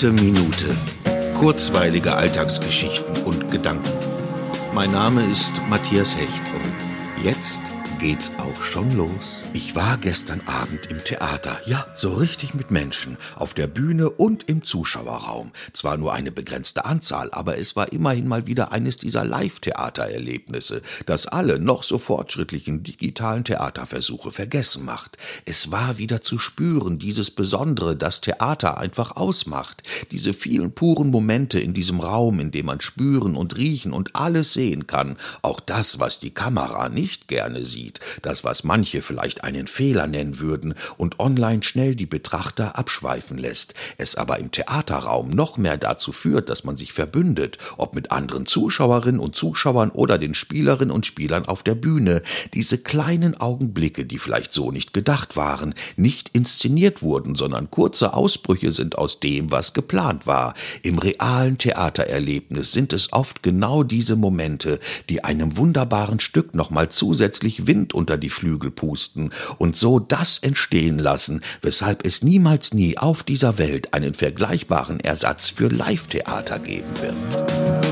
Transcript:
Gute Minute. Kurzweilige Alltagsgeschichten und Gedanken. Mein Name ist Matthias Hecht und jetzt geht's auch schon los. Ich war gestern Abend im Theater, ja, so richtig mit Menschen, auf der Bühne und im Zuschauerraum. Zwar nur eine begrenzte Anzahl, aber es war immerhin mal wieder eines dieser Live-Theater-Erlebnisse, das alle noch so fortschrittlichen digitalen Theaterversuche vergessen macht. Es war wieder zu spüren, dieses Besondere, das Theater einfach ausmacht. Diese vielen puren Momente in diesem Raum, in dem man spüren und riechen und alles sehen kann. Auch das, was die Kamera nicht gerne sieht. Das, was manche vielleicht einen Fehler nennen würden und online schnell die Betrachter abschweifen lässt, es aber im Theaterraum noch mehr dazu führt, dass man sich verbündet, ob mit anderen Zuschauerinnen und Zuschauern oder den Spielerinnen und Spielern auf der Bühne. Diese kleinen Augenblicke, die vielleicht so nicht gedacht waren, nicht inszeniert wurden, sondern kurze Ausbrüche sind aus dem, was geplant war. Im realen Theatererlebnis sind es oft genau diese Momente, die einem wunderbaren Stück nochmal zusätzlich Wind unter die Flügel pusten und so das entstehen lassen, weshalb es niemals nie auf dieser Welt einen vergleichbaren Ersatz für Live-Theater geben wird.